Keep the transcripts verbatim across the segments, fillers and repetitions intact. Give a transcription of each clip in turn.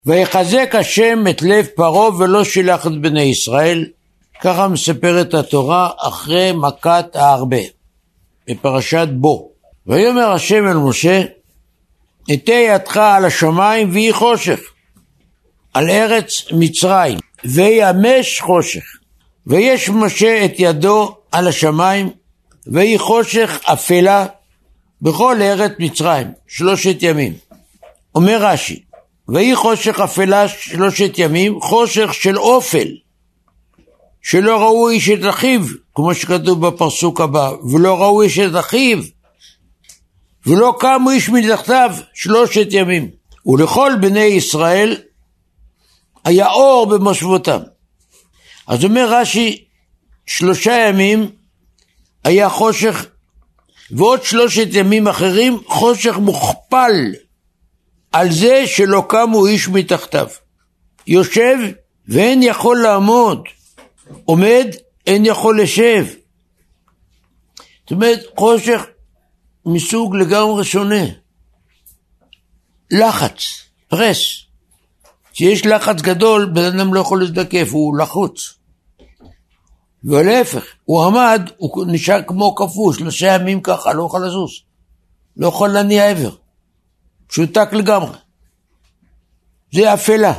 ויחזק השם את לב פרעה ולא שילח את בני ישראל. ככה מספרת התורה אחרי מכת הארבה בפרשת בו. ויאמר השם אל משה, אטה ידך על השמיים ויהי חושך על ארץ מצרים וימש חושך. ויש משה את ידו על השמיים ויהי חושך אפלה בכל ארץ מצרים שלושת ימים. אומר רש"י, ויהי חושך אפלה שלושת ימים, חושך של אופל, שלא ראו איש את אחיו, כמו שכתוב בפסוק הבא, ולא ראו איש את אחיו, ולא קמו איש מתחתיו שלושת ימים. ולכל בני ישראל היה אור במושבותם. אז אומר רש"י, שלושה ימים היה חושך, ועוד שלושת ימים אחרים חושך מוכפל, על זה שלא קמו איש מתחתיו. יושב ואין יכול לעמוד, עומד אין יכול לשב. זאת אומרת, חושך מסוג לגמרי שונה. לחץ, פרס. כשיש לחץ גדול, בן אדם לא יכול להזדקף, הוא לחוץ. ולהפך, הוא עמד, הוא נשאר כמו כפוש, שלושה ימים ככה, לא יכול לזוז. לא יכול להניע עבר. שותק לגמרי. זה אפלה.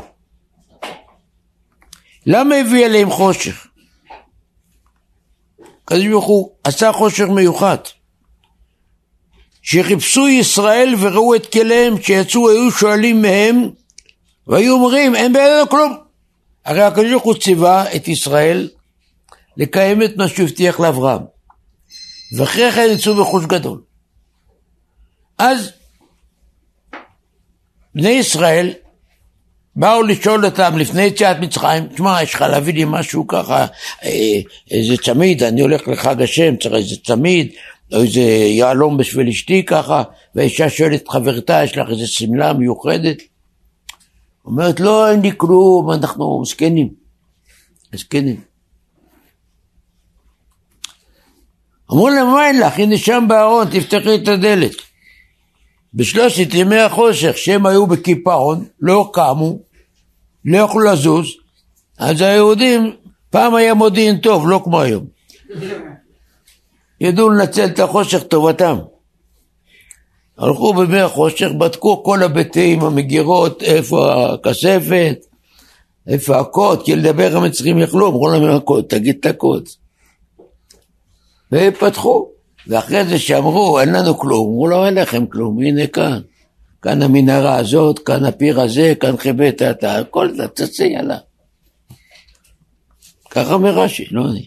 למה הביא עליהם חושך? הקדוש ברוך הוא עשה חושך מיוחד. שחיפשו ישראל וראו את כליהם, שיצאו היו שואלים מהם, והיו אומרים, אין בידינו כלום. הרי הקדוש ברוך הוא ציווה את ישראל לקיים את מה שהבטיח לאברהם. ואחרי כן יצאו בחוש גדול. אז בני ישראל באו לשאול אותם לפני יציאת מצרים, תשמע, יש לך להביא לי משהו ככה, איזה צמיד, אני הולך לחג השם, צריך איזה צמיד, או איזה יעלום בשביל אשתי ככה, והאישה שואלת חברתה, יש לך איזה סמלה מיוחדת? אומרת, לא, אין לי כלום, אנחנו זקנים. זקנים. אמרו להם, מה אין לך? הנה שם בארון, תפתחי את הדלת. בשלושת ימי החושך, שהם היו בקיפאון, לא קמו, לא יכלו לזוז, אז היהודים, פעם היה מודיעין טוב, לא כמו היום. ידעו לנצל את החושך טובתם. הלכו בימי החושך, בדקו כל הביתים, המגירות, איפה הכספת, איפה הקוד, כי לדבר המצרים יכלו, אמרו להם הקוד, תגיד את הקוד. ופתחו. ואחרי זה שאמרו, אין לנו כלום, אמרו לו, אין לכם כלום, הנה כאן, כאן המנהרה הזאת, כאן הפיר הזה, כאן חיבט אתה, הכל זה, תצא, יאללה. ככה אומר רש"י, לא אני.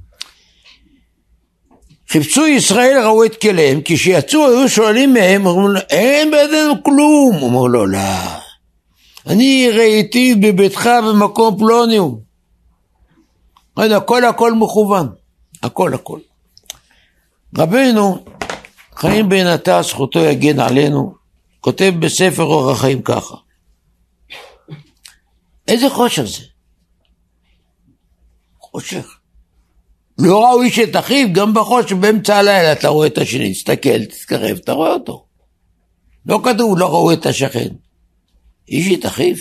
חיפשו ישראל, ראו את כליהם, כשיצאו היו שואלים מהם, אמרו לו, אין בידינו כלום, אמרו לו, לא, אני ראיתי בביתך במקום פלוניום. הכל הכל מכוון, הכל הכל. רבינו חיים בן עטר, זכותו יגן עלינו, כותב בספר אורח חיים ככה, איזה חושך זה? חושך. לא ראו איש את אחיו, גם בחושך באמצע הלילה אתה רואה את השני, תסתכל, תתקרב, אתה רואה אותו. לא כתוב, לא ראו את השכן. איש את אחיו.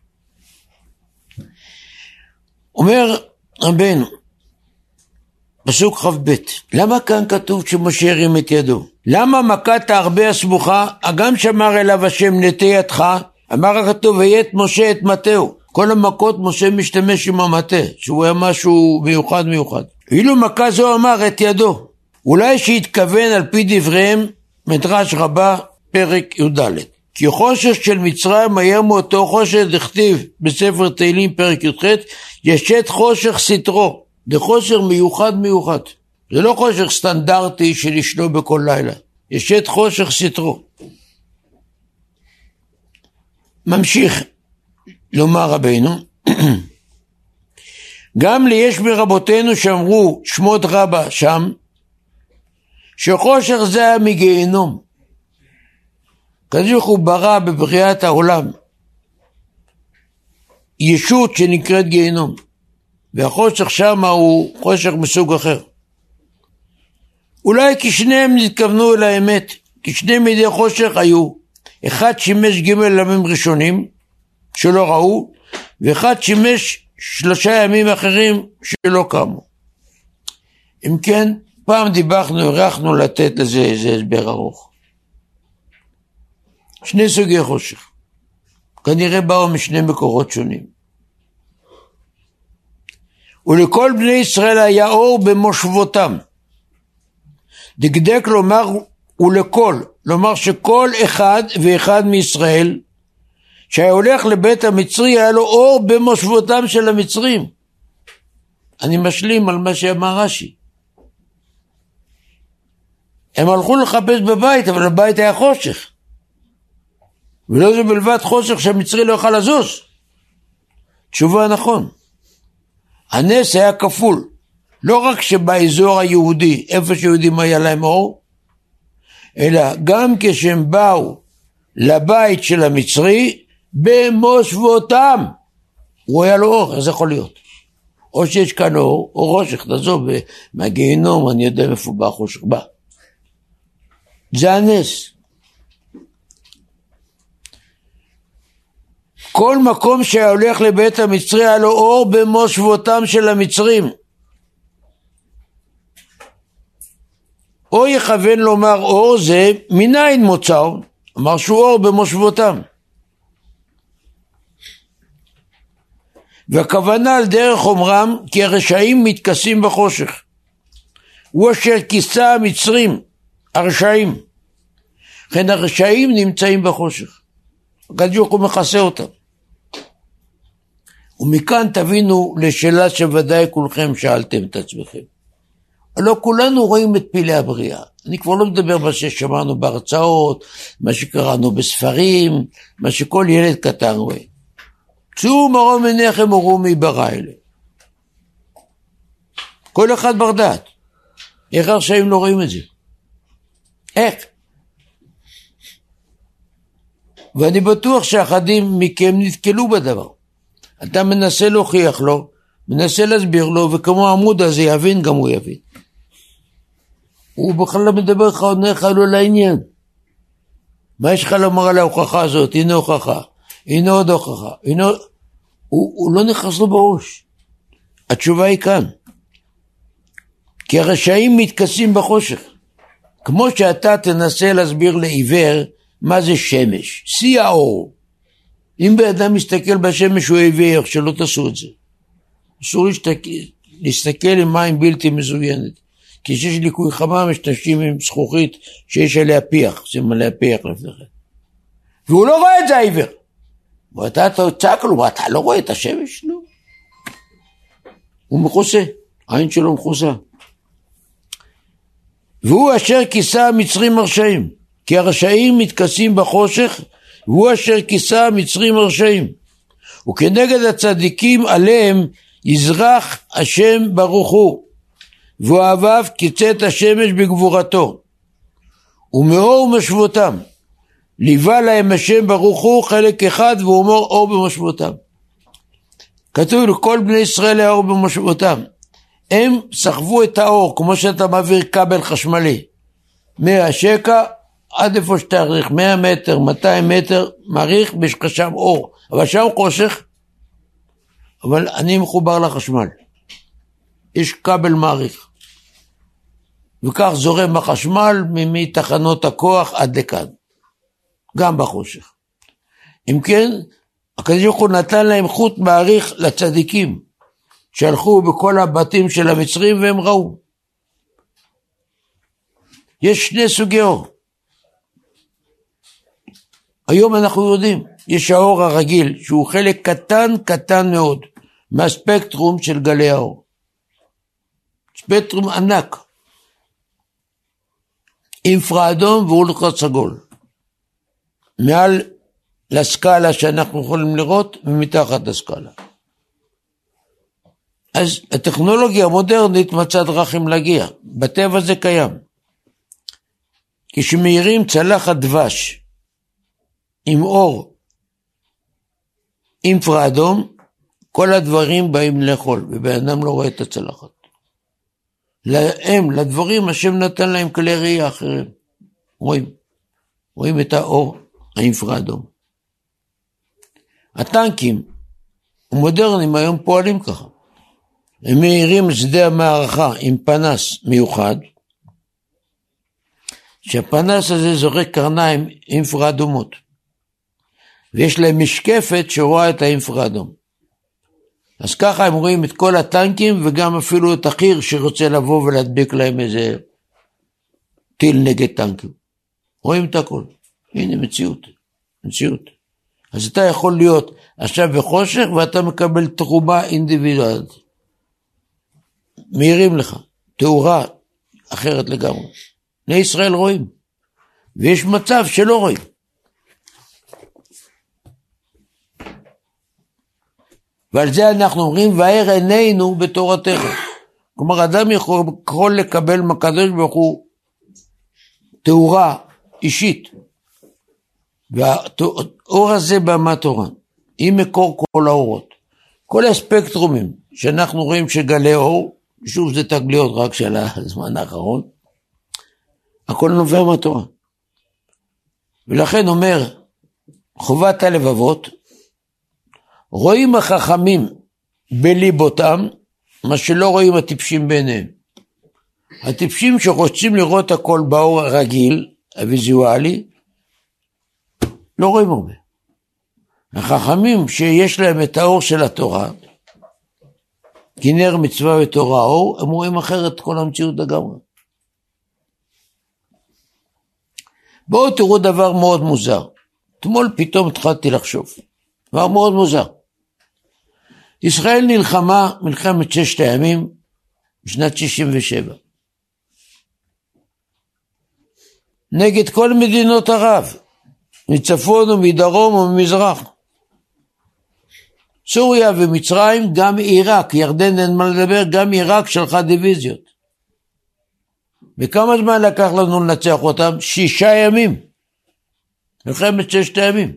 אומר רבינו, פסוק ח"ב, למה כאן כתוב שמשה הרים את ידו? למה מכת הארבה הסמוכה, הגם שאמר אליו השם נטה ידך, אמר הכתוב ויית משה את מטהו. כל המכות משה משתמש עם המטה, שהוא היה משהו מיוחד מיוחד. אילו מכה זו אמר את ידו, אולי שהתכוון על פי דבריהם מדרש רבה פרק י"ד. כי חושך של מצרים היה מאותו חושך דכתיב בספר תהילים פרק י"ח, ישת חושך סתרו. זה חושך מיוחד מיוחד. זה לא חושך סטנדרטי של ישנו בכל לילה. ישת חושך סתרו. ממשיך לומר רבינו, גם לי יש מרבותינו שאמרו שמות רבה שם, שחושך זה היה מגיהנום. כזוך הוא ברא בבריאת העולם ישות שנקראת גיהנום, והחושך שם הוא חושך מסוג אחר. אולי כי שניהם נתכוונו אל האמת, כי שני מידי חושך היו, אחד שימש ג' עולמים ראשונים, שלא ראו, ואחד שימש שלושה ימים אחרים שלא קמו. אם כן, פעם דיברנו, הרחנו לתת לזה איזה הסבר ארוך. שני סוגי חושך. כנראה באו משני מקורות שונים. ולכל בני ישראל היה אור במושבותם. דקדק לומר ולכל, לומר שכל אחד ואחד מישראל, שהיה הולך לבית המצרי, היה לו אור במושבותם של המצרים. אני משלים על מה שאמר רש"י. הם הלכו לחפש בבית, אבל הבית היה חושך. ולא זה בלבד חושך שהמצרי לא יוכל לזוז. תשובה נכון. הנס היה כפול. לא רק שבאזור היהודי, איפה שיהודים היה להם אור, אלא גם כשהם באו לבית של המצרי, במושבותם, הוא היה לו אור. איך זה יכול להיות? או שיש כאן אור, או חושך, תעזוב, מהגיהינום, אני יודע איפה בא חושך בא. זה הנס. כל מקום שהיה הולך לבית המצרי היה לו אור במושבותם של המצרים. או יכוון לומר אור זה מניין מוצאו, אמר שהוא אור במושבותם. והכוונה על דרך אומרם כי הרשעים מתכסים בחושך. הוא אשר כיסה המצרים, הרשעים. לכן הרשעים נמצאים בחושך. הקדוש הוא מכסה אותם. ומכאן תבינו לשאלה שוודאי כולכם שאלתם את עצמכם. לא כולנו רואים את פילי הבריאה. אני כבר לא מדבר מה ששמענו בהרצאות, מה שקראנו בספרים, מה שכל ילד קטן רואה. צאו מרום עיניכם וראו מי ברא אלה. כל אחד בר דעת. איך הרשעים לא רואים את זה? איך? ואני בטוח שאחדים מכם נתקלו בדבר. אתה מנסה להוכיח לו, מנסה להסביר לו, וכמו העמוד הזה יבין, גם הוא יבין. הוא בכלל לא מדבר לך, עונה לך לא לעניין. מה יש לך לומר על ההוכחה הזאת? הנה הוכחה, הנה עוד הוכחה, הנה... הוא, הוא לא נכנס לו בראש. התשובה היא כאן. כי הרשעים מתכסים בחושך. כמו שאתה תנסה להסביר לעיוור מה זה שמש, שיא האור. אם באדם מסתכל בשמש הוא עיוור, שלא תעשו את זה. אסור להסתכל, להסתכל עם מים בלתי מזוינת. כי שיש ליקוי חמה משתמשים עם זכוכית שיש עליה פיח, זה מלא פיח לפניכם. והוא לא רואה את זה העיוור. ואתה צעק לו, אתה לא רואה את השמש? לא. הוא מכוסה, העין שלו מכוסה. והוא אשר כיסה המצרים הרשעים, כי הרשעים מתכסים בחושך, והוא אשר כיסה המצרים הרשעים. וכנגד הצדיקים עליהם יזרח השם ברוך הוא, ואוהביו קיצת השמש בגבורתו, ומאור משבותם. ליווה להם השם ברוך הוא חלק אחד, והוא אומר אור במשבותם. כתוב לכל בני ישראל היה אור במשבותם. הם סחבו את האור, כמו שאתה מעביר כבל חשמלי, מהשקע עד איפה שתאריך, מאה מטר, מאתיים מטר, מעריך בשך שם אור, אבל שם חושך, אבל אני מחובר לחשמל. יש כבל מעריך. וכך זורם החשמל מתחנות הכוח עד לכאן. גם בחושך. אם כן, הקדוש ברוך הוא נתן להם חוט מעריך לצדיקים, שהלכו בכל הבתים של המצרים והם ראו. יש שני סוגי אור. היום אנחנו יודעים, יש האור הרגיל, שהוא חלק קטן קטן מאוד, מהספקטרום של גלי האור. ספקטרום ענק. אינפרה אדום ואולטרה סגול. מעל לסקאלה שאנחנו יכולים לראות, ומתחת לסקאלה. אז הטכנולוגיה המודרנית מצאה דרכים להגיע. בטבע זה קיים. כשמאירים צלחת דבש עם אור אינפרה אדום, כל הדברים באים לאכול, ובאדם לא רואה את הצלחת. להם, לדברים, השם נתן להם כלי ראייה אחרים. רואים, רואים את האור האינפרה אדום. הטנקים המודרניים היום פועלים ככה. הם מאירים שדה המערכה עם פנס מיוחד, שהפנס הזה זורק קרניים אינפרה אדומות, ויש להם משקפת שרואה את האינפרה אדום. אז ככה הם רואים את כל הטנקים, וגם אפילו את החי"ר שרוצה לבוא ולהדביק להם איזה טיל נגד טנקים. רואים את הכל. הנה מציאות, מציאות. אז אתה יכול להיות עכשיו בחושך, ואתה מקבל תרומה אינדיבידואלית. מאירים לך, תאורה אחרת לגמרי. בני ישראל רואים, ויש מצב שלא רואים. ועל זה אנחנו אומרים, והאר עינינו בתורתך. כלומר, אדם יכול, יכול לקבל מהקדוש ברוך הוא תאורה אישית, והאור הזה בא מהתורה, עם מקור כל האורות. כל הספקטרומים שאנחנו רואים שגלי אור, שוב זה תגליות רק של הזמן האחרון, הכל נובע מהתורה. ולכן אומר, חובת הלבבות, רואים החכמים בליבותם, מה שלא רואים הטיפשים בעיניהם. הטיפשים שרוצים לראות הכל באור הרגיל, הוויזואלי, לא רואים הרבה. החכמים שיש להם את האור של התורה, כי נר מצווה ותורה אור, הם רואים אחרת כל המציאות לגמרי. בואו תראו דבר מאוד מוזר. אתמול פתאום התחלתי לחשוב. דבר מאוד מוזר. ישראל נלחמה מלחמת ששת הימים בשנת שישים ושבע. נגד כל מדינות ערב, מצפון ומדרום וממזרח. סוריה ומצרים, גם עיראק, ירדן אין מה לדבר, גם עיראק שלחה דיוויזיות. וכמה זמן לקח לנו לנצח אותם? שישה ימים. מלחמת ששת הימים.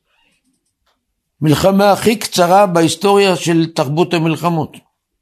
מלחמה הכי קצרה בהיסטוריה של תרבות המלחמות.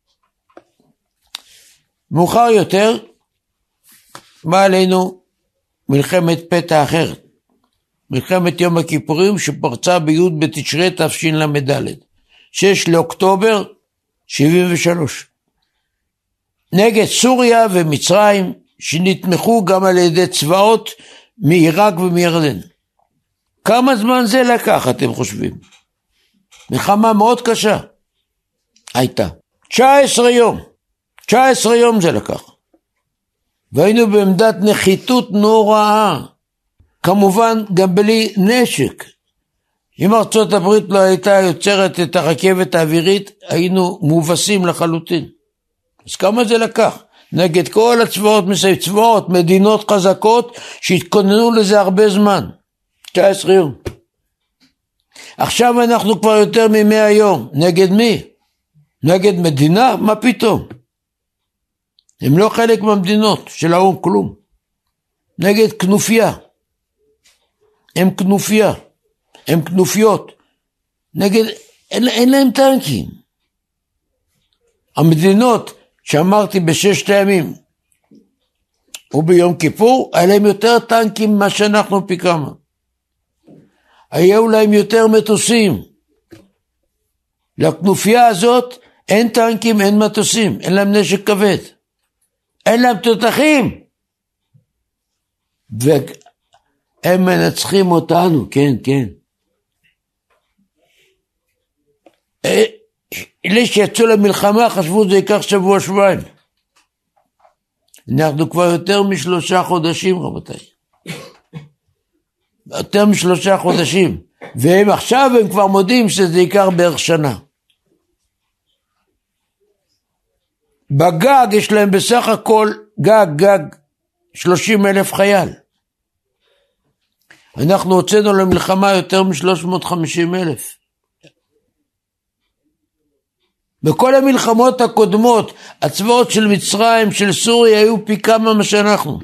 מאוחר יותר, בא עלינו מלחמת פתע אחרת. מלחמת יום הכיפורים שפרצה בי' בתשרי תשל"ד. שש לאוקטובר שבעים ושלוש. נגד סוריה ומצרים, שנתמכו גם על ידי צבאות מעיראק ומירדן. כמה זמן זה לקח, אתם חושבים? מלחמה מאוד קשה. הייתה. תשע עשרה יום. תשע עשרה יום זה לקח. והיינו בעמדת נחיתות נוראה. כמובן גם בלי נשק. אם ארצות הברית לא הייתה יוצרת את הרכבת האווירית, היינו מובסים לחלוטין. אז כמה זה לקח? נגד כל הצבאות מסביב, צבאות, מדינות חזקות, שהתכוננו לזה הרבה זמן. תשע עשרה יום. עכשיו אנחנו כבר יותר ממאה יום. נגד מי? נגד מדינה? מה פתאום? הם לא חלק מהמדינות של האום, כלום. נגד כנופיה. הם כנופיה. הם כנופיות. נגד, אין, אין להם טנקים. המדינות שאמרתי בששת הימים וביום כיפור, היה להם יותר טנקים מה שאנחנו פי כמה. היו להם יותר מטוסים. לכנופיה הזאת אין טנקים, אין מטוסים, אין להם נשק כבד. אין להם תותחים. והם מנצחים אותנו, כן, כן. אלה שיצאו למלחמה חשבו זה ייקח שבוע שבועיים. אנחנו כבר יותר משלושה חודשים, רבותיי. יותר משלושה חודשים. והם עכשיו הם כבר מודים שזה ייקח בערך שנה. בגג יש להם בסך הכל גג, גג, שלושים אלף חייל. אנחנו הוצאנו למלחמה יותר מ-שלוש מאות וחמישים אלף. בכל המלחמות הקודמות, הצבאות של מצרים, של סוריה, היו פי כמה מה שאנחנו.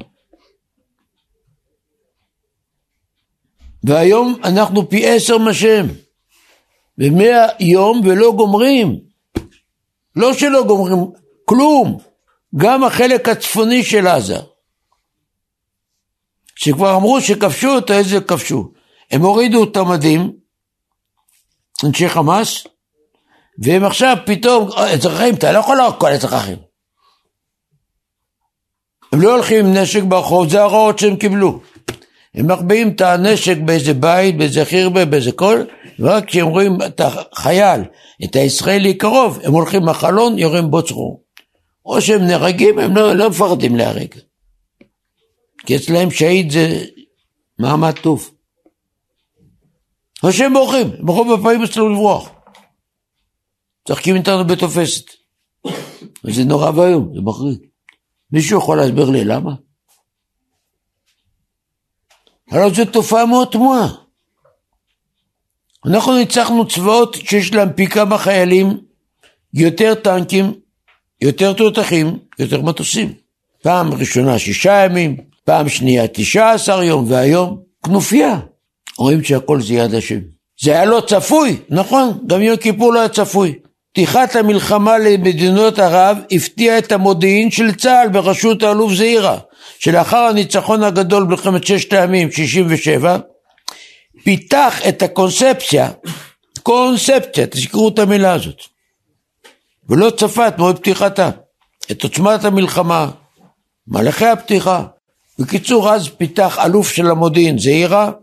והיום אנחנו פי עשר מה שהם. ומאה יום ולא גומרים. לא שלא גומרים, כלום. גם החלק הצפוני של עזה. שכבר אמרו שכבשו אותו, איזה כבשו. הם הורידו את המדים, אנשי חמאס, והם עכשיו פתאום, אזרחים, אתה לא יכול להרוג כל אזרחים. הם לא הולכים עם נשק ברחוב, זה ההוראות שהם קיבלו. הם מחביאים את הנשק באיזה בית, באיזה חירבה, באיזה קול, ורק כשהם רואים את החייל, את הישראלי קרוב, הם הולכים מהחלון, יורים בו צרור. או שהם נהרגים, הם לא, לא מפחדים להרג. כי אצלהם שהיד זה מעמד טוב. או שהם בורחים, הם בורחים בפעמים אצלנו לברוח. צחקים איתנו בתופסת. וזה נורא והיום, זה מחריד. מישהו יכול להסביר לי למה? הלוא זו תופעה מאוד תמוהה. אנחנו ניצחנו צבאות שיש להם פי כמה חיילים, יותר טנקים, יותר תותחים, יותר מטוסים. פעם ראשונה שישה ימים, פעם שנייה תשעה עשר יום, והיום כנופיה. רואים שהכל זה יד השם. זה היה לא צפוי, נכון? גם יום כיפור לא היה צפוי. פתיחת המלחמה למדינות ערב הפתיעה את המודיעין של צה"ל בראשות האלוף זעירא, שלאחר הניצחון הגדול במלחמת ששת הימים שישים ושבע, פיתח את הקונספציה, קונספציה, תזכרו את המילה הזאת, ולא צפה את מועד פתיחתה, את עוצמת המלחמה, מהלכי הפתיחה. בקיצור, אז פיתח אלוף של המודיעין זעירא,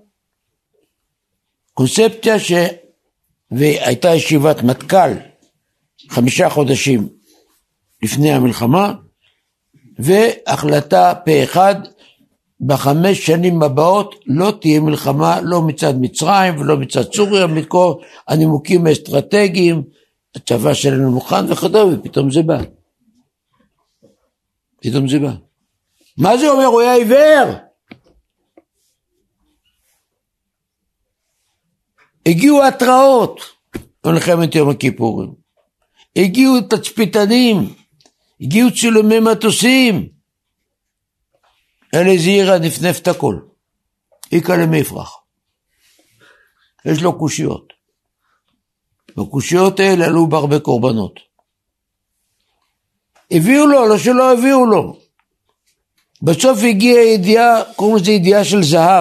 קונספציה ש... והייתה ישיבת מטכ"ל חמישה חודשים לפני המלחמה, והחלטה פה אחד, בחמש שנים הבאות לא תהיה מלחמה, לא מצד מצרים ולא מצד סוריה, מכל הנימוקים האסטרטגיים, הצבא שלנו מוכן וכדומה, ופתאום זה בא. פתאום זה בא. מה זה אומר? הוא היה עיוור. הגיעו התראות, מלחמת יום הכיפורים. הגיעו תצפיתנים, הגיעו צילומי מטוסים. אלה זעירא נפנף את הכל. איקה למפרח. יש לו קושיות. והקושיות האלה עלו בהרבה קורבנות. הביאו לו, לא שלא הביאו לו. בסוף הגיעה ידיעה, קוראים לזה ידיעה של זהב.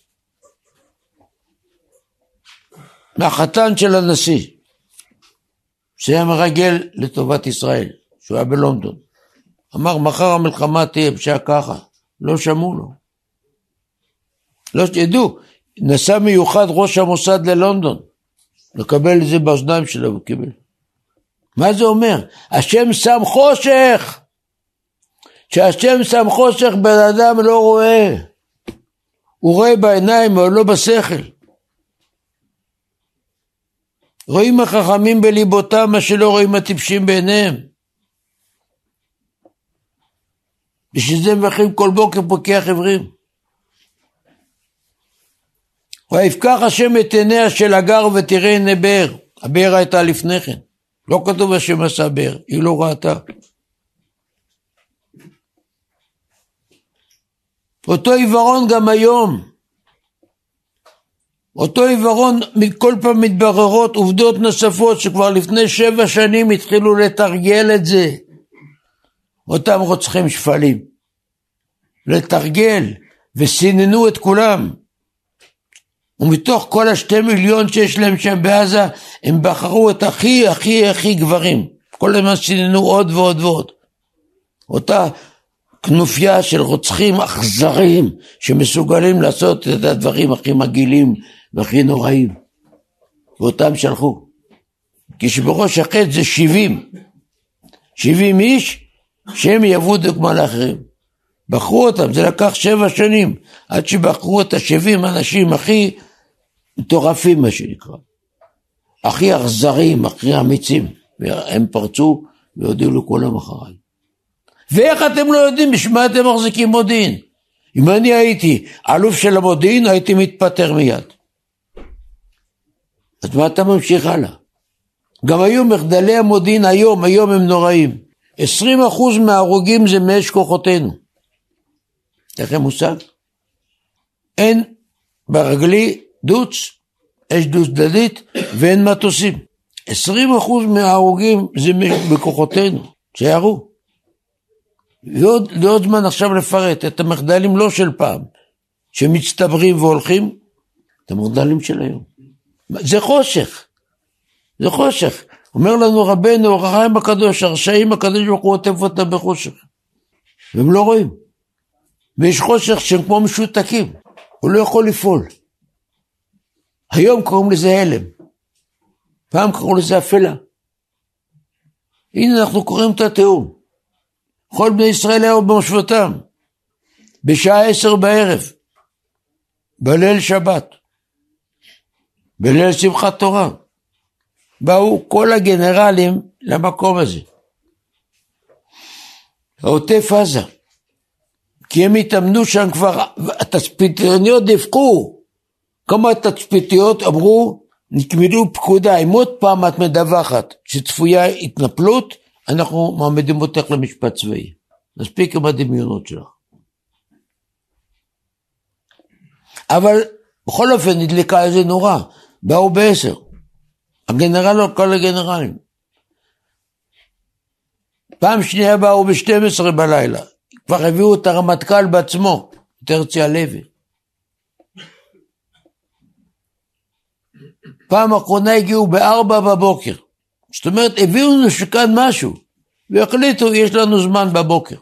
מהחתן של הנשיא. שהיה מרגל לטובת ישראל, שהוא היה בלונדון. אמר, מחר המלחמה תהיה בשעה ככה. לא שמעו לו. לא ידעו, נסע מיוחד ראש המוסד ללונדון, לקבל את זה באוזניים שלו, הוא קיבל. מה זה אומר? השם שם חושך. כשהשם שם חושך, בן אדם לא רואה. הוא רואה בעיניים, אבל לא בשכל. רואים החכמים בליבותם, מה שלא רואים הטיפשים בעיניהם. בשביל זה מבחרים כל בוקר פוקח עברים. ויפקח השם את עיניה של הגר ותראה עיני באר. הבאר הייתה לפני כן. לא כתוב השם עשה באר, היא לא ראתה. אותו עיוורון גם היום. אותו עיוורון כל פעם מתבררות עובדות נוספות שכבר לפני שבע שנים התחילו לתרגל את זה. אותם רוצחים שפלים. לתרגל וסיננו את כולם. ומתוך כל השתי מיליון שיש להם שם בעזה, הם בחרו את הכי הכי הכי גברים. כל הזמן סיננו עוד ועוד ועוד. אותה כנופיה של רוצחים אכזריים, שמסוגלים לעשות את הדברים הכי מגעילים והכי נוראים. ואותם שלחו. כשבראש החטא זה שבעים. שבעים איש, שהם יבואו דוגמה לאחרים. בחרו אותם, זה לקח שבע שנים, עד שבחרו את השבעים אנשים הכי מטורפים, מה שנקרא. הכי אכזריים, הכי אמיצים. והם פרצו והודיעו לכולם אחריי. ואיך אתם לא יודעים בשביל אתם מחזיקים מודיעין? אם אני הייתי אלוף של המודיעין, הייתי מתפטר מיד. אז מה אתה ממשיך הלאה? גם היום מחדלי המודיעין, היום, היום הם נוראים. עשרים אחוז מההרוגים זה מאש כוחותינו. לכם מושג? אין ברגלי דוץ, אש דוץ דלית, ואין מטוסים. עשרים אחוז מההרוגים זה בכוחותינו, שיערו. ועוד, ועוד זמן עכשיו לפרט את המחדלים לא של פעם, שמצטברים והולכים, את המחדלים של היום. זה חושך. זה חושך. אומר לנו רבנו, רחיים הקדוש, הרשעים הקדוש ברוך הוא עוטף אותם בחושך. והם לא רואים. ויש חושך שהם כמו משותקים. הוא לא יכול לפעול. היום קוראים לזה הלם. פעם קראו לזה אפלה. הנה אנחנו קוראים את התיאום. כל בני ישראל היו במושבותם. בשעה עשר בערב. בליל שבת. בליל שמחת תורה. באו כל הגנרלים למקום הזה. העוטף עזה. כי הם התאמנו שם כבר, התצפיתניות דפקו. כמה התצפיתיות אמרו, נקמדו פקודה, אם עוד פעם את מדווחת שצפויה התנפלות, אנחנו מעמדים אותך למשפט צבאי. נספיק עם הדמיונות שלך. אבל בכל אופן נדלקה איזה נורא. באו בעשר. הגנרל או כל הגנרלים. פעם שנייה באו ב-שתים עשרה בלילה. כבר הביאו את הרמטכ"ל בעצמו, את הרצי הלוי. פעם אחרונה הגיעו בארבע בבוקר. זאת אומרת, הביאו לנו שכאן משהו. והחליטו, יש לנו זמן בבוקר.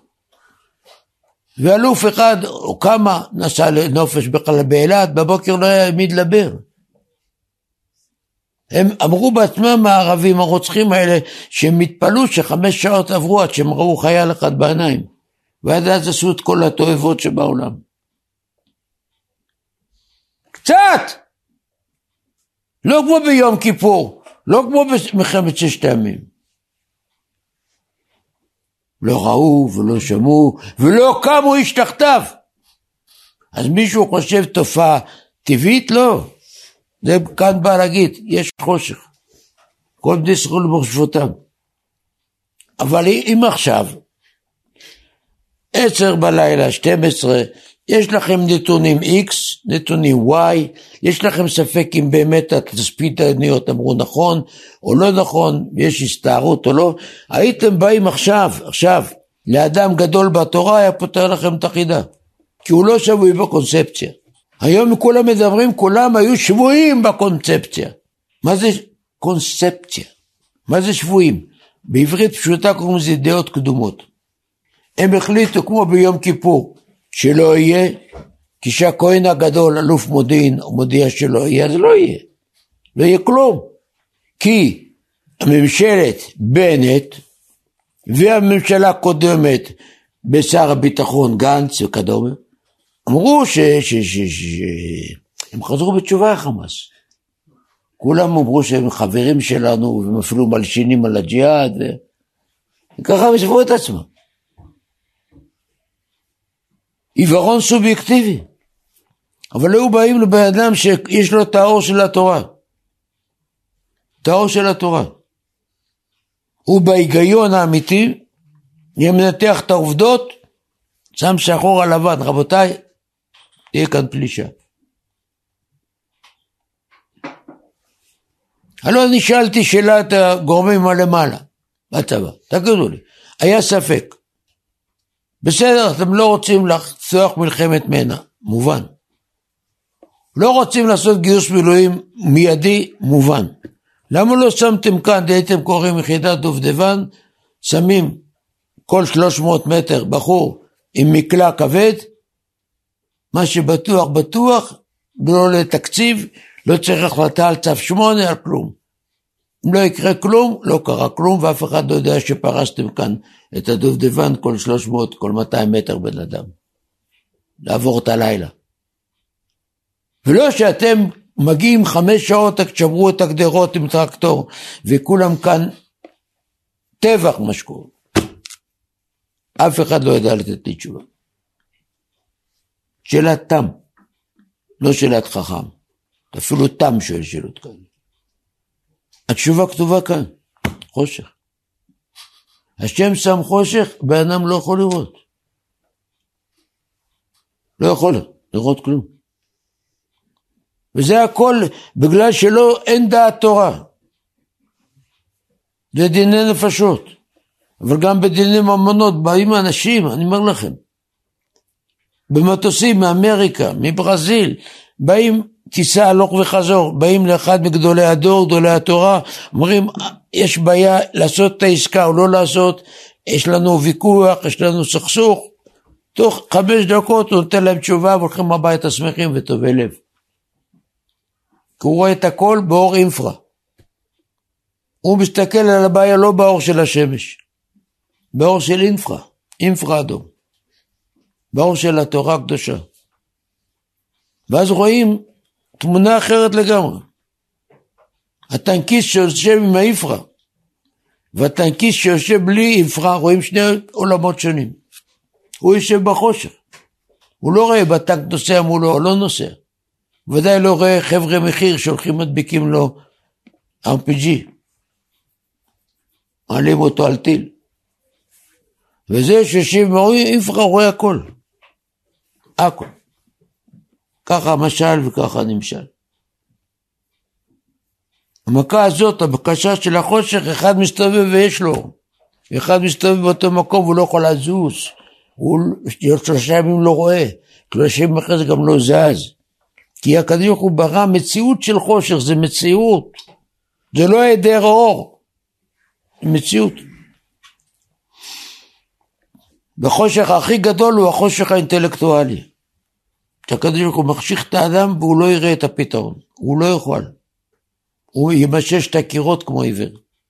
ואלוף אחד, או כמה, נסע לנופש בכלל באילת, בבוקר לא היה מי לדבר. הם אמרו בעצמם הערבים הרוצחים האלה, שהם מתפלאו שחמש שעות עברו עד שהם ראו חייל אחד בעיניים. ועד אז עשו את כל התועבות שבעולם. קצת! לא כמו ביום כיפור, לא כמו במלחמת ששת הימים. לא ראו ולא שמעו ולא קמו איש תחתיו. אז מישהו חושב תופעה טבעית? לא. זה כאן בא להגיד, יש חושך. כל בני ישראל במושבותם. אבל אם עכשיו, עשר בלילה, שתים עשרה, יש לכם נתונים X, נתונים Y, יש לכם ספק אם באמת התצפיתניות אמרו נכון או לא נכון, יש הסתערות או לא, הייתם באים עכשיו, עכשיו, לאדם גדול בתורה, היה פותר לכם את החידה, כי הוא לא שבוי בקונספציה. היום כולם מדברים, כולם היו שבויים בקונספציה. מה זה קונספציה? מה זה שבויים? בעברית פשוטה קוראים לזה דעות קדומות. הם החליטו כמו ביום כיפור, שלא יהיה, כי שהכהן הגדול, אלוף מודיעין, מודיע שלא יהיה, אז לא יהיה. לא יהיה כלום. כי הממשלת בנט, והממשלה הקודמת, בשר הביטחון גנץ וכדומה, אמרו ש... ש... ש... ש... הם חזרו בתשובה החמאס. כולם אמרו שהם חברים שלנו, והם אפילו מלשינים על הג'יהאד, וככה הם הסברו את עצמם. עיוורון סובייקטיבי. אבל היו באים לבן אדם שיש לו את האור של התורה. את האור של התורה. הוא בהיגיון האמיתי, ימנתח את העובדות, שם שחור על לבן. רבותיי, תהיה כאן פלישה. הלוא אני שאלתי שאלה את הגורמים הלמעלה, בצבא. תגידו לי, היה ספק. בסדר, אתם לא רוצים לפתוח מלחמת מנע, מובן. לא רוצים לעשות גיוס מילואים מיידי, מובן. למה לא שמתם כאן, הייתם קוראים יחידת דובדבן, שמים כל שלוש מאות מטר בחור עם מקלע כבד, מה שבטוח בטוח, לא לתקציב, לא צריך החלטה על צו שמונה, על כלום. אם לא יקרה כלום, לא קרה כלום, ואף אחד לא יודע שפרסתם כאן את הדובדבן כל שלוש מאות, כל מאתיים מטר בן אדם. לעבור את הלילה. ולא שאתם מגיעים חמש שעות, תשמרו את הגדרות עם טרקטור, וכולם כאן טבח משקור. אף אחד לא יודע לתת לי תשובה. שאלת תם, לא שאלת חכם. אפילו תם שואל שאלות כאלה. התשובה כתובה כאן, חושך. השם שם חושך, באדם לא יכול לראות. לא יכול לראות כלום. וזה הכל בגלל שלא אין דעת תורה. זה דיני נפשות. אבל גם בדיני ממונות באים אנשים, אני אומר לכם, במטוסים מאמריקה, מברזיל, באים טיסה הלוך וחזור, באים לאחד מגדולי הדור, גדולי התורה, אומרים, יש בעיה לעשות את העסקה או לא לעשות, יש לנו ויכוח, יש לנו סכסוך, תוך חמש דקות הוא נותן להם תשובה, והולכים הביתה שמחים וטובי לב. כי הוא רואה את הכל באור אינפרה. הוא מסתכל על הבעיה לא באור של השמש, באור של אינפרה, אינפרה אדום, באור של התורה הקדושה. ואז רואים תמונה אחרת לגמרי. הטנקיסט שיושב עם האינפרה, והטנקיסט שיושב בלי אינפרה, רואים שני עולמות שונים. הוא יושב בחושך. הוא לא רואה בטנק נוסע מולו או לא נוסע. ודאי לא רואה חבר'ה מחיר שהולכים מדביקים לו אר פי ג'י. מעלים אותו על טיל. וזה שיושב מאינפרה רואה הכל. הכל. ככה משל וככה נמשל. המכה הזאת, הבקשה של החושך, אחד מסתובב ויש לו. אחד מסתובב באותו מקום והוא לא יכול לזוז. הוא שלושה ימים לא רואה. שלושה ימים אחרי זה גם לא זז. כי הקדוש ברוך הוא ברא מציאות של חושך, זה מציאות. זה לא היעדר אור. זה מציאות. בחושך הכי גדול הוא החושך האינטלקטואלי. שהקדוש ברוך הוא מחשיך את האדם והוא לא יראה את הפתרון. הוא לא יכול. הוא ימשש את הקירות כמו עיוור.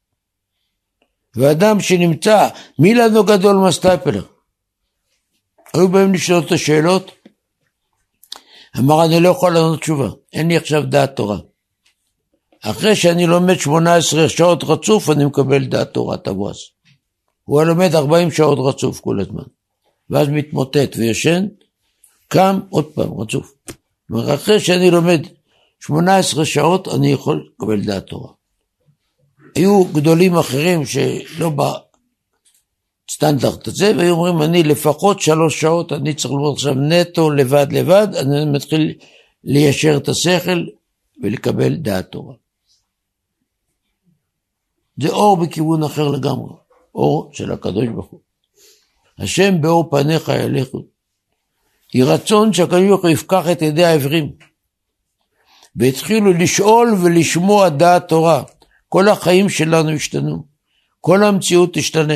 ואדם שנמצא, מי לנו גדול מהסטייפלר? היו בהם לשאול את השאלות, אמר אני לא יכול לענות תשובה, אין לי עכשיו דעת תורה. אחרי שאני לומד שמונה עשרה שעות רצוף, אני מקבל דעת תורה תבואס. הוא לומד ארבעים שעות רצוף כל הזמן, ואז מתמוטט וישן, קם עוד פעם רצוף. אחרי שאני לומד שמונה עשרה שעות, אני יכול לקבל דעת תורה. היו גדולים אחרים שלא בסטנדרט הזה, והיו אומרים, אני לפחות שלוש שעות, אני צריך ללמוד עכשיו נטו לבד לבד, אני מתחיל ליישר את השכל ולקבל דעת תורה. זה אור בכיוון אחר לגמרי, אור של הקדוש ברוך הוא. השם באור פניך ילכו. היא רצון שהקדוש ברוך הוא יפקח את ידי העברים, והתחילו לשאול ולשמוע דעת תורה. כל החיים שלנו השתנו, כל המציאות תשתנה,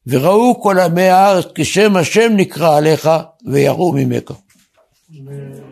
וראו כל עמי הארץ כשם השם נקרא עליך ויראו ממך.